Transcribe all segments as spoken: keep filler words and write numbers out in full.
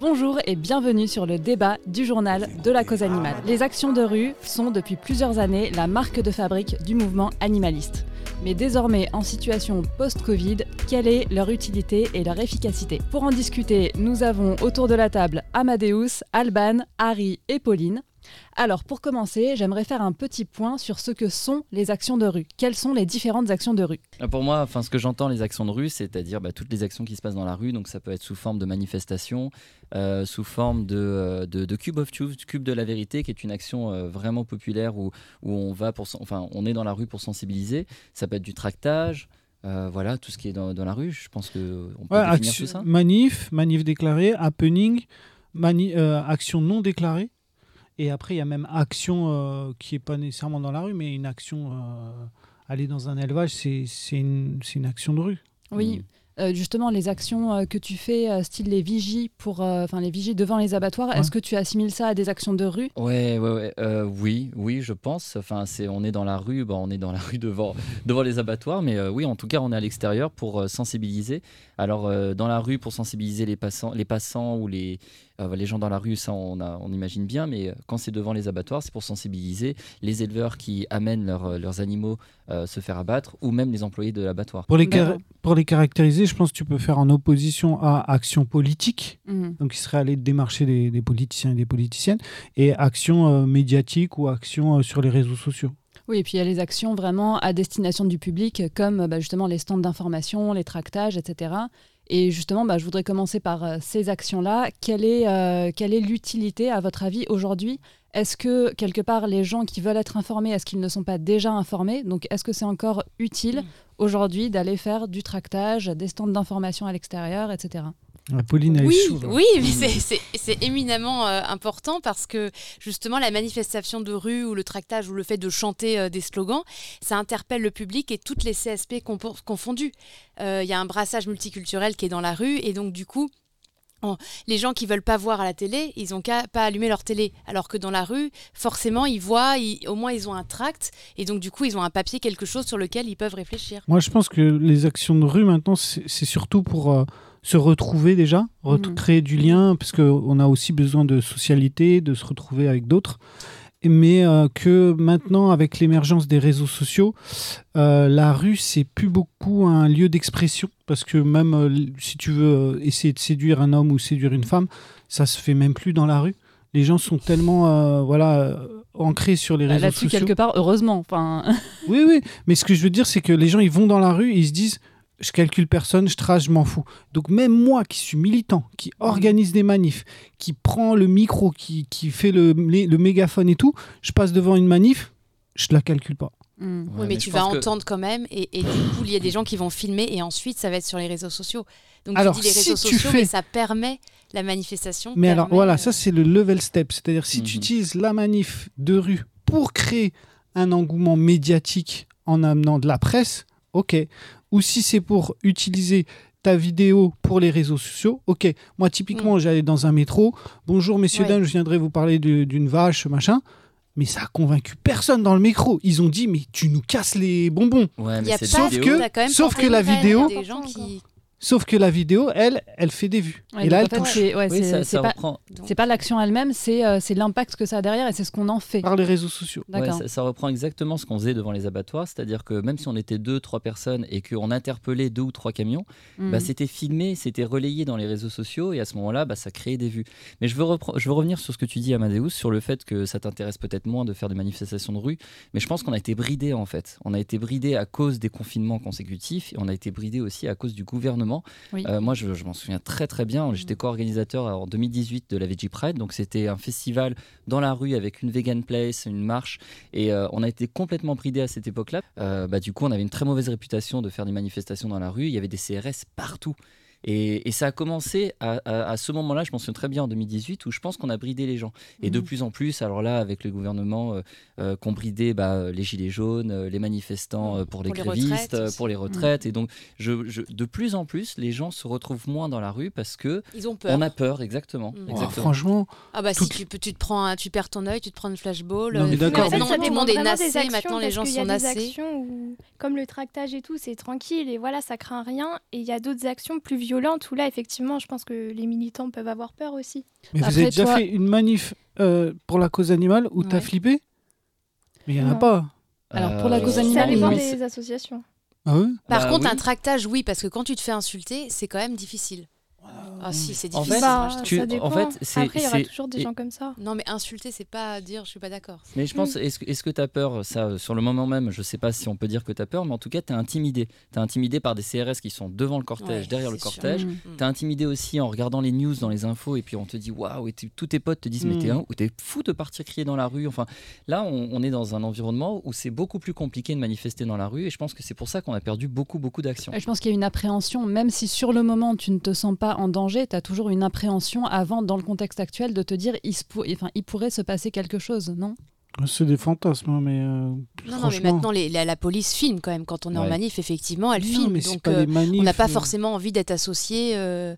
Bonjour et bienvenue sur le débat du journal de la cause animale. Les actions de rue sont depuis plusieurs années la marque de fabrique du mouvement animaliste. Mais désormais, en situation post-Covid, quelle est leur utilité et leur efficacité ? Pour en discuter, nous avons autour de la table Amadeus, Alban, Harry et Pauline. Alors, pour commencer, j'aimerais faire un petit point sur ce que sont les actions de rue. Quelles sont les différentes actions de rue ? Pour moi, enfin, ce que j'entends les actions de rue, c'est-à-dire bah, toutes les actions qui se passent dans la rue. Donc ça peut être sous forme de manifestation, euh, sous forme de, de, de Cube of Truth, Cube de la vérité, qui est une action euh, vraiment populaire où, où on, va pour, enfin, on est dans la rue pour sensibiliser. Ça peut être du tractage. Euh, voilà, tout ce qui est dans, dans la rue, je pense qu'on peut ouais, définir action, tout ça. Manif, manif déclarée, happening, mani, euh, action non déclarée. Et après, il y a même action euh, qui n'est pas nécessairement dans la rue, mais une action, euh, aller dans un élevage, c'est, c'est, une, c'est une action de rue. Oui, mmh. euh, justement, les actions euh, que tu fais, euh, style les vigies, pour, enfin euh, les vigies devant les abattoirs, ouais. Est-ce que tu assimiles ça à des actions de rue ? Ouais, ouais, ouais. Euh, oui, oui, je pense. Enfin, c'est, on est dans la rue, bon, on est dans la rue devant, devant les abattoirs, mais euh, oui, en tout cas, on est à l'extérieur pour euh, sensibiliser. Alors, euh, dans la rue, pour sensibiliser les passants, les passants ou les Euh, les gens dans la rue, ça on, a, on imagine bien, mais quand c'est devant les abattoirs, c'est pour sensibiliser les éleveurs qui amènent leur, leurs animaux euh, se faire abattre, ou même les employés de l'abattoir. Pour les, car- pour les caractériser, je pense que tu peux faire en opposition à action politique, mmh. donc il serait aller démarcher des, des politiciens et des politiciennes, et action euh, médiatique ou action euh, sur les réseaux sociaux. Oui, et puis il y a les actions vraiment à destination du public, comme bah, justement les stands d'information, les tractages, et cetera. Et justement, bah, je voudrais commencer par euh, ces actions-là. Quelle est, euh, quelle est l'utilité, à votre avis, aujourd'hui ? Est-ce que, quelque part, les gens qui veulent être informés, est-ce qu'ils ne sont pas déjà informés ? Donc, est-ce que c'est encore utile mmh. aujourd'hui d'aller faire du tractage, des stands d'information à l'extérieur, et cetera ? La Pauline, elle oui, est chaude. Oui, mais c'est, c'est, c'est éminemment euh, important parce que justement la manifestation de rue ou le tractage ou le fait de chanter euh, des slogans, ça interpelle le public et toutes les C S P comp- confondues. Il euh, y a un brassage multiculturel qui est dans la rue et donc du coup, oh, les gens qui veulent pas voir à la télé, ils n'ont qu'à pas allumer leur télé. Alors que dans la rue, forcément, ils voient, ils, au moins ils ont un tract et donc du coup, ils ont un papier, quelque chose sur lequel ils peuvent réfléchir. Moi, je pense que les actions de rue maintenant, c'est, c'est surtout pour... Euh... se retrouver déjà, recréer mmh. du lien, parce qu'on a aussi besoin de socialité, de se retrouver avec d'autres. Mais euh, que maintenant, avec l'émergence des réseaux sociaux, euh, la rue, c'est plus beaucoup un lieu d'expression. Parce que même euh, si tu veux euh, essayer de séduire un homme ou séduire une femme, ça se fait même plus dans la rue. Les gens sont tellement euh, voilà, euh, ancrés sur les bah, réseaux là-dessus, sociaux. Quelque part, heureusement. oui, oui. Mais ce que je veux dire, c'est que les gens, ils vont dans la rue et ils se disent... je calcule personne, je trace, je m'en fous. Donc même moi qui suis militant, qui organise des manifs, qui prend le micro, qui, qui fait le, le mégaphone et tout, je passe devant une manif, je la calcule pas. Mmh. Ouais, oui, mais, mais tu vas que... entendre quand même et, et du coup, il y a des gens qui vont filmer et ensuite, ça va être sur les réseaux sociaux. Donc alors, tu dis les réseaux si sociaux, fais... mais ça permet la manifestation. Mais permet, alors voilà, euh... ça c'est le level step. C'est-à-dire si mmh. tu utilises la manif de rue pour créer un engouement médiatique en amenant de la presse, ok. Ou si c'est pour utiliser ta vidéo pour les réseaux sociaux, ok. Moi, typiquement, mmh. j'allais dans un métro. Bonjour, messieurs, ouais. dames, je viendrai vous parler de, d'une vache, machin. Mais ça a convaincu personne dans le métro. Ils ont dit, mais tu nous casses les bonbons. Ouais, mais c'est sauf vidéo. que, sauf que la vidéo... Des gens qui... Sauf que la vidéo, elle, elle fait des vues. Ouais, et là, en elle fait, touche. C'est, ouais, oui, c'est, ça, c'est, ça pas, reprend... c'est pas l'action elle-même, c'est, euh, c'est l'impact que ça a derrière et c'est ce qu'on en fait. Par les réseaux sociaux. Ouais, ça, ça reprend exactement ce qu'on faisait devant les abattoirs, c'est-à-dire que même si on était deux, trois personnes et qu'on interpellait deux ou trois camions, mmh. bah, c'était filmé, c'était relayé dans les réseaux sociaux et à ce moment-là, bah, ça créait des vues. Mais je veux, repre- je veux revenir sur ce que tu dis, Amadeus, sur le fait que ça t'intéresse peut-être moins de faire des manifestations de rue, mais je pense qu'on a été bridés en fait. On a été bridés à cause des confinements consécutifs et on a été bridés aussi à cause du gouvernement. Oui. Euh, moi, je, je m'en souviens très très bien. J'étais co-organisateur en deux mille dix-huit de la Veggie Pride, donc c'était un festival dans la rue avec une vegan place, une marche, et euh, on a été complètement bridés à cette époque-là. Euh, bah, du coup, on avait une très mauvaise réputation de faire des manifestations dans la rue. Il y avait des C R S partout. Et, et ça a commencé à, à, à ce moment-là, je m'en souviens très bien en deux mille dix-huit, où je pense qu'on a bridé les gens. Et mmh. de plus en plus, alors là, avec le gouvernement, euh, euh, qu'on bridait bah, les gilets jaunes, euh, les manifestants euh, pour les pour grévistes, les euh, pour les retraites. Mmh. Et donc, je, je, de plus en plus, les gens se retrouvent moins dans la rue parce que ils ont peur. On a peur, exactement. Mmh. exactement. Oh, franchement. Ah bah toute... si tu, tu te prends, un, tu perds ton œil, tu te prends une flashball. Non mais d'accord. Maintenant, ça tout le monde est nassé. Maintenant, les gens sont nassés. Il y a des actions où, comme le tractage et tout, c'est tranquille et voilà, ça craint rien. Et il y a d'autres actions plus violentes violentes, où là, effectivement, je pense que les militants peuvent avoir peur aussi. Mais Après, vous avez déjà toi... fait une manif euh, pour la cause animale où Ouais. t'as flippé? Mais il n'y en a Non. pas. Alors, pour la cause Ça animale, dépend oui. des associations. Ah ouais? Par Bah contre, oui. un tractage, oui, parce que quand tu te fais insulter, c'est quand même difficile. Ah si, c'est En difficile. fait, moi, Bah, je trouve. tu- ça dépend. en fait, c'est- Après, il y aura c'est- toujours des et- gens comme ça. Non, mais insulter, c'est pas dire je suis pas d'accord. Mais je pense, est-ce que est-ce que tu as peur, ça, sur le moment même, je sais pas si on peut dire que tu as peur, mais en tout cas, tu es intimidé. Tu es intimidé par des C R S qui sont devant le cortège, Ouais, derrière le c'est sûr. cortège. Mm. Tu es intimidé aussi en regardant les news dans les infos, et puis on te dit waouh, et tu- tous tes potes te disent mais Mm. t'es un- t'es fou de partir crier dans la rue. Enfin, là, on, on est dans un environnement où c'est beaucoup plus compliqué de manifester dans la rue, et je pense que c'est pour ça qu'on a perdu beaucoup, beaucoup d'actions. Je pense qu'il y a une appréhension, même si sur le moment tu ne te sens pas en danger, tu as toujours une appréhension avant, dans le contexte actuel, de te dire il, se pour- enfin, il pourrait se passer quelque chose, non? C'est des fantasmes, hein, mais euh, Non, non, mais franchement... maintenant, les- la, la police filme quand même. Quand on est en Ouais. manif, effectivement, elle Non, filme. mais c'est Donc, pas euh, des manifs, on n'a pas euh, forcément envie d'être associé euh,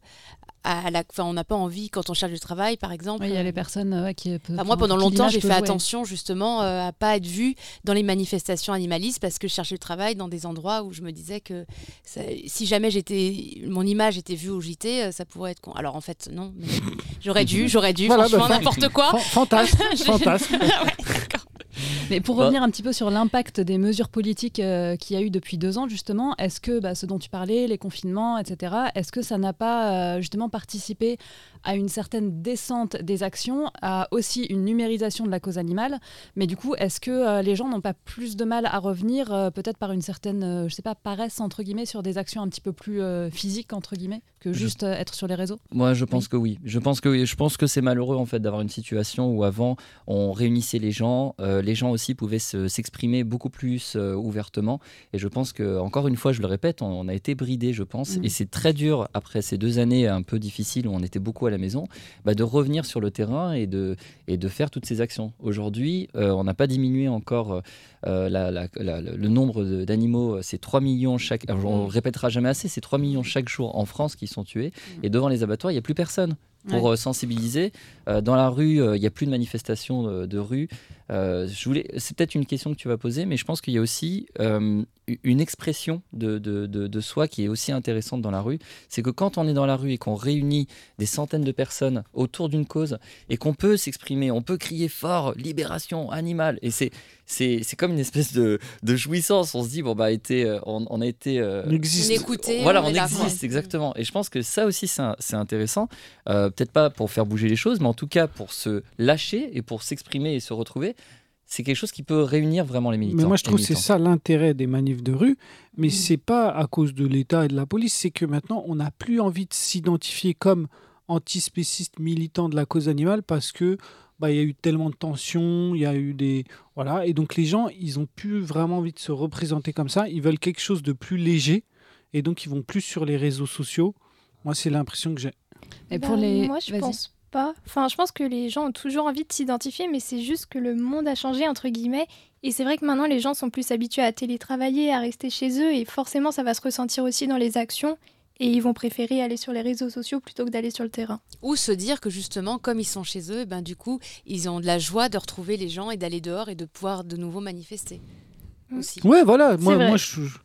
à la. Enfin, on n'a pas envie, quand on cherche du travail, par exemple. Oui, il y a euh, les personnes euh, qui. Enfin, moi, pendant longtemps, j'ai fait attention justement euh, à pas être vue dans les manifestations animalistes parce que je cherchais le travail dans des endroits où je me disais que ça- si jamais j'étais, mon image était vue au J T, euh, ça pourrait être con. Alors en fait, non. Mais j'aurais dû, j'aurais dû. Voilà, franchement, bah, n'importe quoi. Fan- Fantasme, J'ai- fantasme. Ouais, d'accord. Mais pour Bah. revenir un petit peu sur l'impact des mesures politiques euh, qu'il y a eu depuis deux ans, justement, est-ce que bah, ce dont tu parlais, les confinements, et cetera, est-ce que ça n'a pas euh, justement participé à une certaine descente des actions, à aussi une numérisation de la cause animale? Mais du coup, est-ce que euh, les gens n'ont pas plus de mal à revenir, euh, peut-être par une certaine, euh, je sais pas, paresse, entre guillemets, sur des actions un petit peu plus euh, physiques, entre guillemets, que Je- juste euh, être sur les réseaux? Moi, je pense que oui. Je pense que oui. Je pense que c'est malheureux en fait d'avoir une situation où avant on réunissait les gens, euh, les gens aussi pouvaient se- s'exprimer beaucoup plus euh, ouvertement. Et je pense que encore une fois, je le répète, on, on a été bridé, je pense. Mhm. Et c'est très dur après ces deux années un peu difficiles où on était beaucoup à la maison, bah, de revenir sur le terrain et de et de faire toutes ces actions. Aujourd'hui, euh, on n'a pas diminué encore euh, la- la- la- le nombre de- d'animaux. C'est trois millions chaque. Alors, on le répétera jamais assez. C'est trois millions chaque jour en France qui sont tués. Et devant les abattoirs, il n'y a plus personne pour Ouais. euh, sensibiliser. Euh, dans la rue, euh, il n'y a plus de manifestations de, de rue. Euh, je voulais, c'est peut-être une question que tu vas poser, mais je pense qu'il y a aussi euh, une expression de, de, de, de soi qui est aussi intéressante dans la rue. C'est que quand on est dans la rue et qu'on réunit des centaines de personnes autour d'une cause et qu'on peut s'exprimer, on peut crier fort, libération animale. Et c'est, c'est, c'est comme une espèce de, de jouissance. On se dit, bon, bah, été, euh, on, on a été... euh, On existe. On écoutait, voilà, on on, est là, existe, quoi. exactement. Et je pense que ça aussi, c'est, un- c'est intéressant. Euh, peut-être pas pour faire bouger les choses, mais en tout cas pour se lâcher et pour s'exprimer et se retrouver. C'est quelque chose qui peut réunir vraiment les militants. Mais moi, je les trouve que c'est militants. ça l'intérêt des manifs de rue. Mais c'est pas à cause de l'État et de la police, c'est que maintenant, on n'a plus envie de s'identifier comme antispéciste militant de la cause animale parce que bah, il y a eu tellement de tensions, il y a eu des... Voilà. Et donc, les gens, ils ont plus vraiment envie de se représenter comme ça. Ils veulent quelque chose de plus léger. Et donc, ils vont plus sur les réseaux sociaux. Moi, c'est l'impression que j'ai. Et Bah, pour les... Moi, je Vas-y. pense pas. Enfin, je pense que les gens ont toujours envie de s'identifier, mais c'est juste que le monde a changé, entre guillemets. Et c'est vrai que maintenant, les gens sont plus habitués à télétravailler, à rester chez eux. Et forcément, ça va se ressentir aussi dans les actions. Et ils vont préférer aller sur les réseaux sociaux plutôt que d'aller sur le terrain. Ou se dire que justement, comme ils sont chez eux, ben, du coup, ils ont de la joie de retrouver les gens et d'aller dehors et de pouvoir de nouveau manifester. Mm. Aussi. Ouais, voilà. Moi, vrai. moi je, je,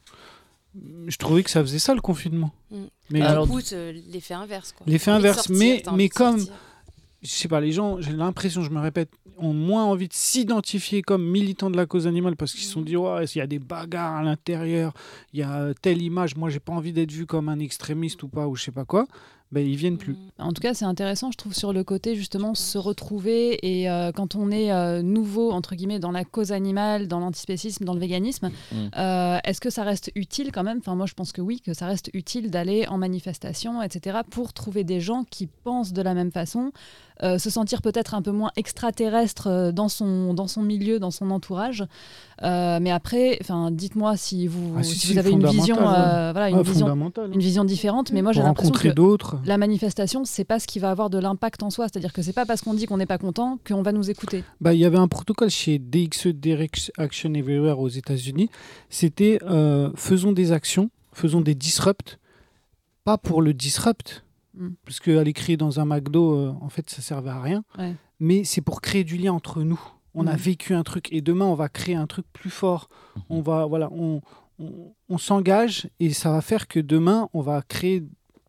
je trouvais que ça faisait ça, le confinement. Mm. Mais Et Alors, du coup, euh, l'effet inverse. Quoi. L'effet T'as envie de inverse, sortir, mais- t'as envie mais de comme- sortir. je sais pas, les gens, j'ai l'impression, je me répète, ont moins envie de s'identifier comme militants de la cause animale parce qu'ils se sont dit, ouais, il y a des bagarres à l'intérieur, il y a telle image, moi j'ai pas envie d'être vu comme un extrémiste ou pas, ou je sais pas quoi, ben ils viennent plus. En tout cas, c'est intéressant, je trouve, sur le côté justement se retrouver et euh, quand on est euh, nouveau, entre guillemets, dans la cause animale, dans l'antispécisme, dans le véganisme, Mm. euh, est-ce que ça reste utile quand même? Enfin, moi, je pense que oui, que ça reste utile d'aller en manifestation, et cetera, pour trouver des gens qui pensent de la même façon, euh, se sentir peut-être un peu moins extraterrestre euh, dans son, dans son milieu, dans son entourage. Euh, mais après, enfin, dites-moi si vous, Ah, si, si si, vous avez une vision, fondamental, euh, voilà, une, Ah, vision, fondamental. une vision différente. Mais moi, j'ai Pour l'impression rencontrer que d'autres. la manifestation, c'est pas ce qui va avoir de l'impact en soi. C'est-à-dire que c'est pas parce qu'on dit qu'on n'est pas content qu'on va nous écouter. Bah, il y avait un protocole chez D X E, Direct Action Everywhere aux États-Unis. C'était euh, faisons des actions, faisons des disrupts, pas pour le disrupt, Mm. parce qu'aller crier dans un McDo, euh, en fait, ça servait à rien. Ouais. Mais c'est pour créer du lien entre nous. On a Mm. vécu un truc et demain, on va créer un truc plus fort. Mhm. On va, voilà, on, on, on s'engage et ça va faire que demain, on va créer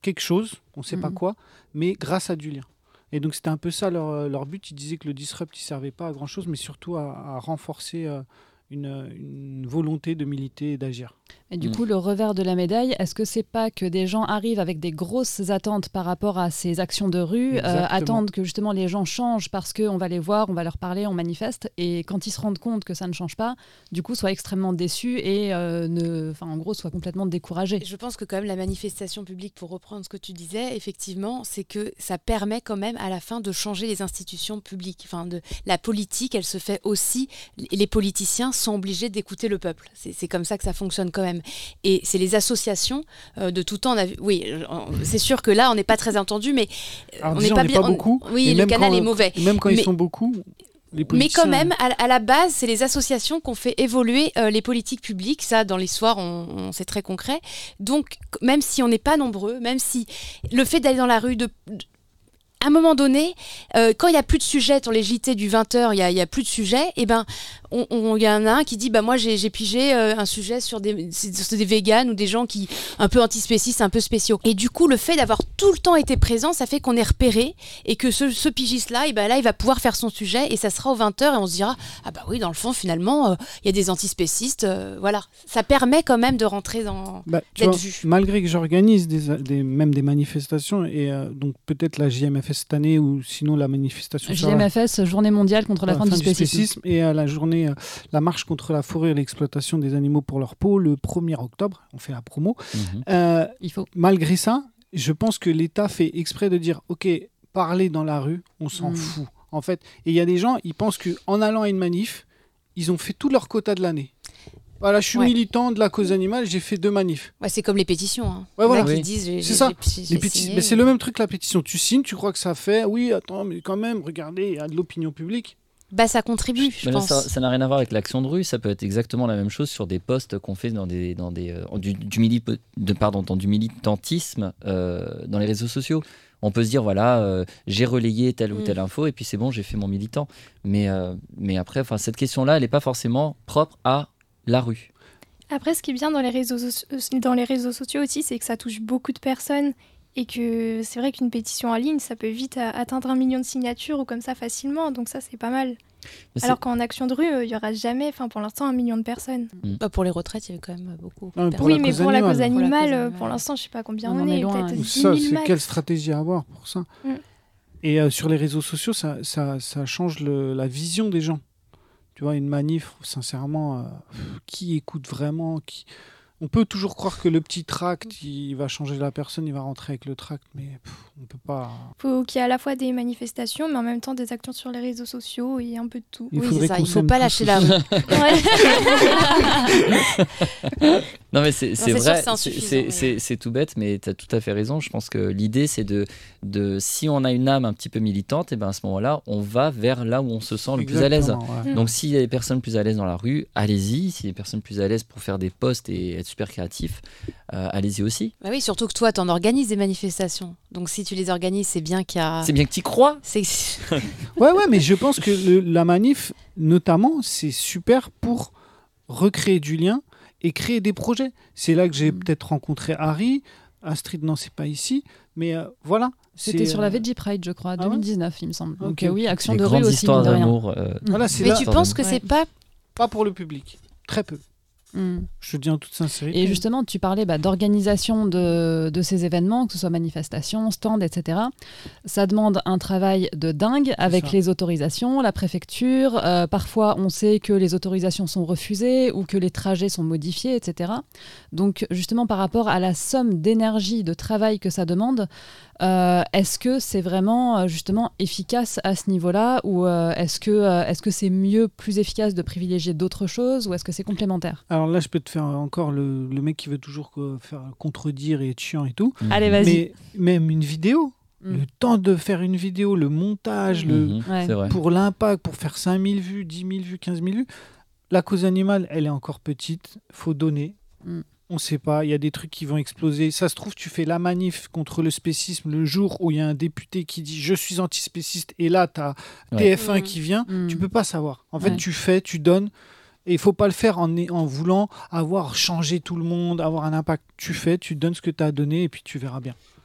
quelque chose, on ne sait mmh. pas quoi, mais grâce à du lien. Et donc, c'était un peu ça leur, leur but. Ils disaient que le disrupt, il ne servait pas à grand-chose, mais surtout à, à renforcer euh, une, une volonté de militer et d'agir. Et du mmh. coup, le revers de la médaille, est-ce que c'est pas que des gens arrivent avec des grosses attentes par rapport à ces actions de rue, euh, attendent que justement les gens changent parce qu'on va les voir, on va leur parler, on manifeste, et quand ils se rendent compte que ça ne change pas, du coup, soient extrêmement déçus et euh, ne, enfin, en gros, soient complètement découragés. Je pense que quand même la manifestation publique, pour reprendre ce que tu disais, effectivement, c'est que ça permet quand même à la fin de changer les institutions publiques. Enfin, de la politique, elle se fait aussi. Les politiciens sont obligés d'écouter le peuple. C'est, c'est comme ça que ça fonctionne quand même. Et c'est les associations euh, de tout temps. On a vu, oui, on, c'est sûr que là, on n'est pas très entendu, mais alors, on n'est pas, pas on, beaucoup. Oui, et le canal quand, est mauvais. Même quand mais, ils sont beaucoup. Les mais quand même, à, à la base, c'est les associations qui ont fait évoluer euh, les politiques publiques. Ça, dans l'histoire, on, on, c'est très concret. Donc, même si on n'est pas nombreux, même si le fait d'aller dans la rue, de, de à un moment donné, euh, quand il n'y a plus de sujet sur les J T du vingt heures, il n'y a, a plus de sujet, et ben, il on, y en a un qui dit bah, moi j'ai, j'ai pigé euh, un sujet sur des, sur des véganes ou des gens qui un peu antispécistes, un peu spéciaux. Et du coup, le fait d'avoir tout le temps été présent, ça fait qu'on est repéré et que ce, ce pigiste-là, et ben, là, il va pouvoir faire son sujet et ça sera aux vingt heures et on se dira ah bah oui, dans le fond, finalement, il euh, y a des antispécistes. Euh, voilà. Ça permet quand même de rentrer dans. Bah, d'être vois, vu. Malgré que j'organise des, des, même des manifestations, et euh, donc peut-être la J M F S cette année ou sinon la manifestation. J M F S, Journée mondiale contre la, la fin, fin du spécisme. spécisme et euh, la journée, euh, la marche contre la fourrure et l'exploitation des animaux pour leur peau, le premier octobre, on fait la promo. Mmh. Euh, Il faut. Malgré ça, je pense que l'État fait exprès de dire, ok, parler dans la rue, on s'en mmh. fout. En fait, et il y a des gens, ils pensent qu'en allant à une manif, ils ont fait tout leur quota de l'année. Voilà, je suis ouais. militant de la cause animale, j'ai fait deux manifs. Ouais, c'est comme les pétitions. Hein. Ouais, voilà. Oui. Qui disent, j'ai, c'est j'ai, ça. J'ai, j'ai les péti- signé, mais c'est le même truc, la pétition. Tu signes, tu crois que ça fait. Oui, attends, mais quand même, regardez, il y a de l'opinion publique. Bah, ça contribue, je mais pense. Ça, ça n'a rien à voir avec l'action de rue. Ça peut être exactement la même chose sur des posts qu'on fait dans des, dans des, euh, du, du, mili- de, pardon, dans du militantisme euh, dans les réseaux sociaux. On peut se dire, voilà, euh, j'ai relayé telle ou telle info et puis c'est bon, j'ai fait mon militant. Mais, euh, mais après, cette question-là, elle n'est pas forcément propre à la rue. Après, ce qui est bien dans les réseaux, so- dans les réseaux sociaux aussi, c'est que ça touche beaucoup de personnes et que c'est vrai qu'une pétition en ligne, ça peut vite a- atteindre un million de signatures ou comme ça facilement. Donc ça, c'est pas mal. Mais Alors c'est... qu'en action de rue, il euh, n'y aura jamais, enfin pour l'instant, un million de personnes. Mmh. Bah pour les retraites, il y avait quand même beaucoup. Non, mais oui, mais pour la cause animale, pour, animale, pour l'instant, je ne sais pas combien on, on est. est loin, peut-être ça, dix mille c'est max. Quelle stratégie à avoir pour ça mmh. Et euh, sur les réseaux sociaux, ça, ça, ça change le, la vision des gens. Tu vois, une manif, sincèrement, euh, qui écoute vraiment qui... On peut toujours croire que le petit tract, il va changer la personne, il va rentrer avec le tract, mais pff, on peut pas... Il faut qu'il y ait à la fois des manifestations, mais en même temps des actions sur les réseaux sociaux et un peu de tout. Il oui, c'est ça, il ne faut pas lâcher la rue. Non, mais c'est, c'est non, vrai, c'est, sûr, c'est, c'est, c'est, c'est tout bête, mais tu as tout à fait raison. Je pense que l'idée, c'est de, de si on a une âme un petit peu militante, et ben à ce moment-là, on va vers là où on se sent le Exactement, plus à l'aise. Ouais. Donc, s'il y a des personnes plus à l'aise dans la rue, allez-y. S'il y a des personnes plus à l'aise pour faire des posts et être super créatif, euh, allez-y aussi. Bah oui, surtout que toi, tu en organises des manifestations. Donc, si tu les organises, c'est bien qu'il y a... C'est bien que tu y crois. C'est... ouais, ouais, mais je pense que le, la manif, notamment, c'est super pour recréer du lien et créer des projets. C'est là que j'ai mmh. peut-être rencontré Harry. Astrid, non, c'est pas ici. Mais euh, voilà. C'était c'est, sur la Veggie Pride, je crois, ah deux mille dix-neuf, ouais il me semble. Okay. Donc euh, oui, action des de rue aussi, histoires de rien. d'amour. Euh... Voilà, c'est mais là. tu penses que ouais. c'est pas... Pas pour le public. Très peu. Mmh. Je te dis en toute sincérité. Et justement, tu parlais bah, d'organisation de, de ces événements, que ce soit manifestations, stands, et cetera. Ça demande un travail de dingue avec les autorisations, la préfecture. Euh, parfois, on sait que les autorisations sont refusées ou que les trajets sont modifiés, et cetera. Donc, justement, par rapport à la somme d'énergie, de travail que ça demande, euh, est-ce que c'est vraiment justement efficace à ce niveau-là ou euh, est-ce que, euh, est-ce que c'est mieux, plus efficace de privilégier d'autres choses ou est-ce que c'est complémentaire ? Alors là, je peux te faire encore le, le mec qui veut toujours faire contredire et être chiant et tout. Mmh. Allez, vas-y. Mais même une vidéo, mmh. le temps de faire une vidéo, le montage, mmh. le, ouais. c'est vrai. pour l'impact, pour faire cinq mille vues, dix mille vues, quinze mille vues, la cause animale, elle est encore petite. Faut donner. Mmh. On ne sait pas, il y a des trucs qui vont exploser. Ça se trouve, tu fais la manif contre le spécisme le jour où il y a un député qui dit « je suis antispéciste » et là, tu as ouais. T F un mmh. qui vient. Mmh. Tu ne peux pas savoir. En fait, ouais. tu fais, tu donnes. Et il ne faut pas le faire en, en voulant avoir changé tout le monde, avoir un impact. Tu fais, tu donnes ce que tu as donné et puis tu verras bien.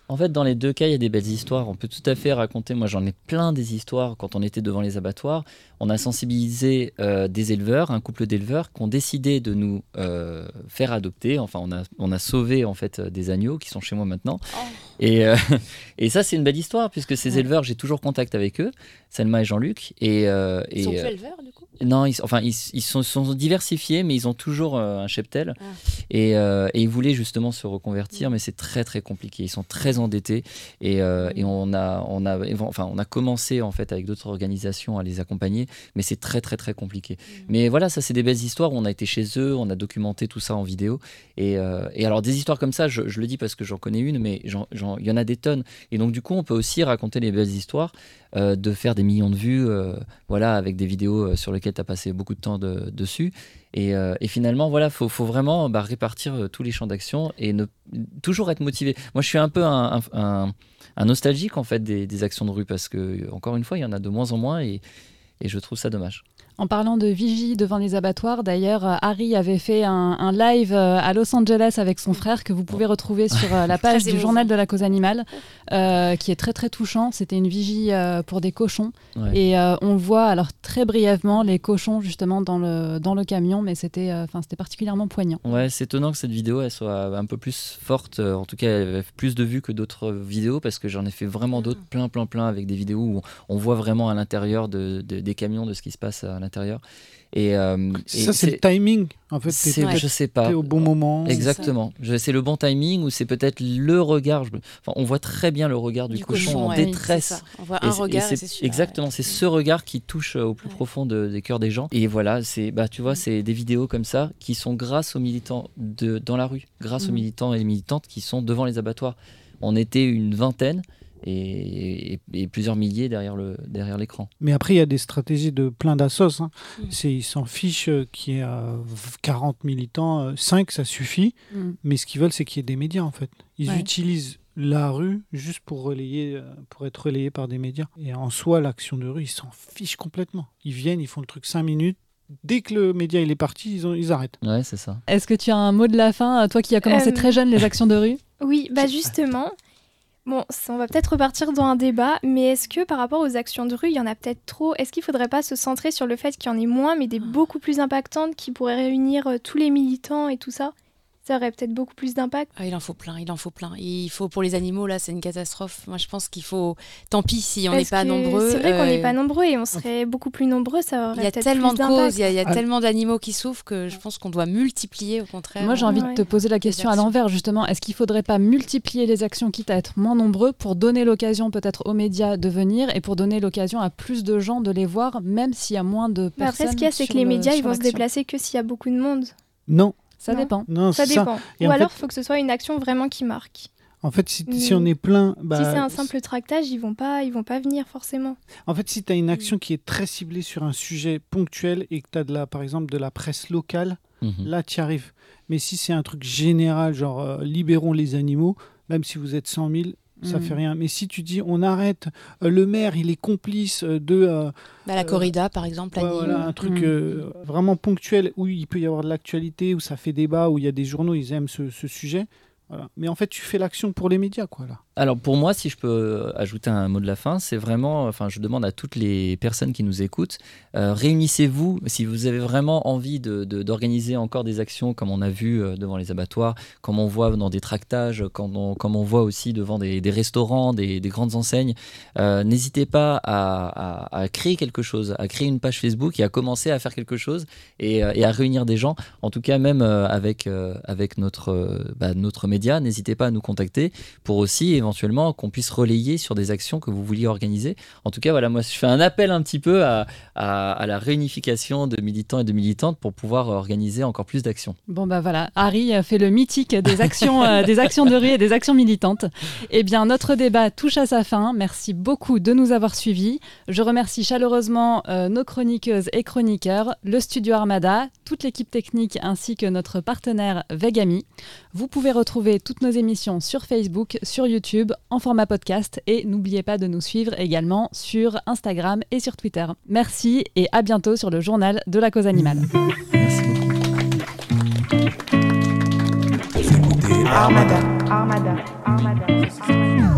En fait, dans les deux cas, il y a des belles histoires. On peut tout à fait raconter, moi j'en ai plein des histoires quand on était devant les abattoirs. On a sensibilisé euh, des éleveurs, un couple d'éleveurs qui ont décidé de nous euh, faire adopter. Enfin, on a, on a sauvé en fait des agneaux qui sont chez moi maintenant. Oh. Et, euh, et ça, c'est une belle histoire puisque ces ouais. éleveurs, j'ai toujours contact avec eux, Selma et Jean-Luc. Et, euh, ils sont et, plus éleveurs du coup ? Non, ils, enfin, ils, ils sont, sont diversifiés, mais ils ont toujours euh, un cheptel. Ah. Et, euh, et ils voulaient justement se reconvertir, mmh. mais c'est très très compliqué. Ils sont très endettés. Et, euh, mmh. et on, a, on, a, enfin, on a commencé en fait avec d'autres organisations à les accompagner, mais c'est très très très compliqué. Mmh. Mais voilà, ça c'est des belles histoires où on a été chez eux, on a documenté tout ça en vidéo. Et, euh, et alors des histoires comme ça, je, je le dis parce que j'en connais une, mais il y en a des tonnes. Et donc du coup, on peut aussi raconter les belles histoires. Euh, de faire des millions de vues euh, voilà, avec des vidéos euh, sur lesquelles tu as passé beaucoup de temps de, dessus. Et, euh, et finalement, voilà, il faut, faut vraiment bah, répartir euh, tous les champs d'action et ne, toujours être motivé. Moi, je suis un peu un, un, un, un nostalgique en fait, des, des actions de rue parce que, encore une fois, il y en a de moins en moins et, et je trouve ça dommage. En parlant de vigie devant les abattoirs, d'ailleurs, Harry avait fait un, un live à Los Angeles avec son frère que vous pouvez retrouver sur la page du Journal de la Cause Animale, euh, qui est très très touchant. C'était une vigie euh, pour des cochons. Ouais. Et euh, on voit alors très brièvement les cochons justement dans le, dans le camion, mais c'était, euh, c'était particulièrement poignant. Ouais, c'est étonnant que cette vidéo elle soit un peu plus forte. En tout cas, elle avait plus de vues que d'autres vidéos parce que j'en ai fait vraiment d'autres, plein plein plein avec des vidéos où on voit vraiment à l'intérieur de, de, des camions de ce qui se passe à l'intérieur. Et, euh, et ça, c'est, c'est le timing. En fait, c'est, ouais. je sais pas. T'es au bon moment. Exactement. C'est, c'est le bon timing ou c'est peut-être le regard. Je... Enfin, on voit très bien le regard du, du cochon, cochon en ouais, détresse. On voit un et regard. C'est, et c'est sûr, exactement. Ouais. C'est ce regard qui touche au plus ouais. profond de, des cœurs des gens. Et voilà, c'est, bah, tu vois, c'est des vidéos comme ça qui sont grâce aux militants de, dans la rue, grâce mmh. aux militants et les militantes qui sont devant les abattoirs. On était une vingtaine. Et, et, et plusieurs milliers derrière, le, derrière l'écran. Mais après, il y a des stratégies de plein d'assos. Hein. Mmh. C'est, ils s'en fichent qu'il y ait euh, quarante militants, cinq, ça suffit. Mmh. Mais ce qu'ils veulent, c'est qu'il y ait des médias, en fait. Ils ouais. utilisent la rue juste pour, relayer, pour être relayés par des médias. Et en soi, l'action de rue, ils s'en fichent complètement. Ils viennent, ils font le truc cinq minutes. Dès que le média il est parti, ils, ont, ils arrêtent. Ouais, c'est ça. Est-ce que tu as un mot de la fin, toi qui as commencé euh... très jeune les actions de rue ? Oui, bah justement... Bon, on va peut-être repartir dans un débat, mais est-ce que par rapport aux actions de rue, il y en a peut-être trop ? Est-ce qu'il ne faudrait pas se centrer sur le fait qu'il y en ait moins, mais des beaucoup plus impactantes qui pourraient réunir euh, tous les militants et tout ça ? Ça aurait peut-être beaucoup plus d'impact. Ah, il en faut plein, il en faut plein. Il faut pour les animaux, là, c'est une catastrophe. Moi, je pense qu'il faut... Tant pis si on n'est pas nombreux. C'est vrai euh... qu'on n'est pas nombreux et on serait beaucoup plus nombreux, ça aurait Il y a peut-être tellement plus de causes, il y a, il y a ah. tellement d'animaux qui souffrent que je pense qu'on doit multiplier, au contraire. Moi, j'ai envie ouais. de te poser la question à l'envers, justement. Est-ce qu'il ne faudrait pas multiplier les actions, quitte à être moins nombreux, pour donner l'occasion peut-être aux médias de venir et pour donner l'occasion à plus de gens de les voir, même s'il y a moins de personnes. Mais après, ce qu'il y a, c'est que les médias, ils vont se déplacer que s'il y a beaucoup de monde. Non. Ça non. dépend. Non, ça c'est dépend. Ça. Ou alors, il faut que ce soit une action vraiment qui marque. En fait, si, si on est plein... Bah, si c'est un simple tractage, ils ne vont pas, ils vont pas venir forcément. En fait, si tu as une action qui est très ciblée sur un sujet ponctuel et que tu as, de la, par exemple, de la presse locale, mmh. là, tu y arrives. Mais si c'est un truc général, genre euh, libérons les animaux, même si vous êtes cent mille, ça mmh. fait rien. Mais si tu dis on arrête, euh, le maire il est complice de... Euh, bah, la corrida euh, par exemple. Ouais, voilà, un truc mmh. euh, vraiment ponctuel où il peut y avoir de l'actualité, où ça fait débat, où il y a des journaux, ils aiment ce, ce sujet. Voilà. Mais en fait tu fais l'action pour les médias, quoi, là. Alors pour moi, si je peux ajouter un mot de la fin, c'est vraiment, enfin je demande à toutes les personnes qui nous écoutent, euh, réunissez-vous si vous avez vraiment envie de, de, d'organiser encore des actions comme on a vu devant les abattoirs, comme on voit dans des tractages, comme on, comme on voit aussi devant des, des restaurants, des, des grandes enseignes. Euh, n'hésitez pas à, à, à créer quelque chose, à créer une page Facebook et à commencer à faire quelque chose et, et à réunir des gens. En tout cas, même avec, avec notre, bah, notre média, n'hésitez pas à nous contacter pour aussi éventuellement qu'on puisse relayer sur des actions que vous vouliez organiser. En tout cas, voilà, moi, je fais un appel un petit peu à, à, à la réunification de militants et de militantes pour pouvoir organiser encore plus d'actions. Bon, bah voilà, Harry a fait le mythique des actions, euh, des actions de rue et des actions militantes. Eh bien, notre débat touche à sa fin. Merci beaucoup de nous avoir suivis. Je remercie chaleureusement euh, nos chroniqueuses et chroniqueurs, le Studio Armada, toute l'équipe technique ainsi que notre partenaire Vegami. Vous pouvez retrouver toutes nos émissions sur Facebook, sur YouTube, en format podcast et n'oubliez pas de nous suivre également sur Instagram et sur Twitter. Merci et à bientôt sur le journal de la cause animale. Merci beaucoup. Armada. Armada. Armada.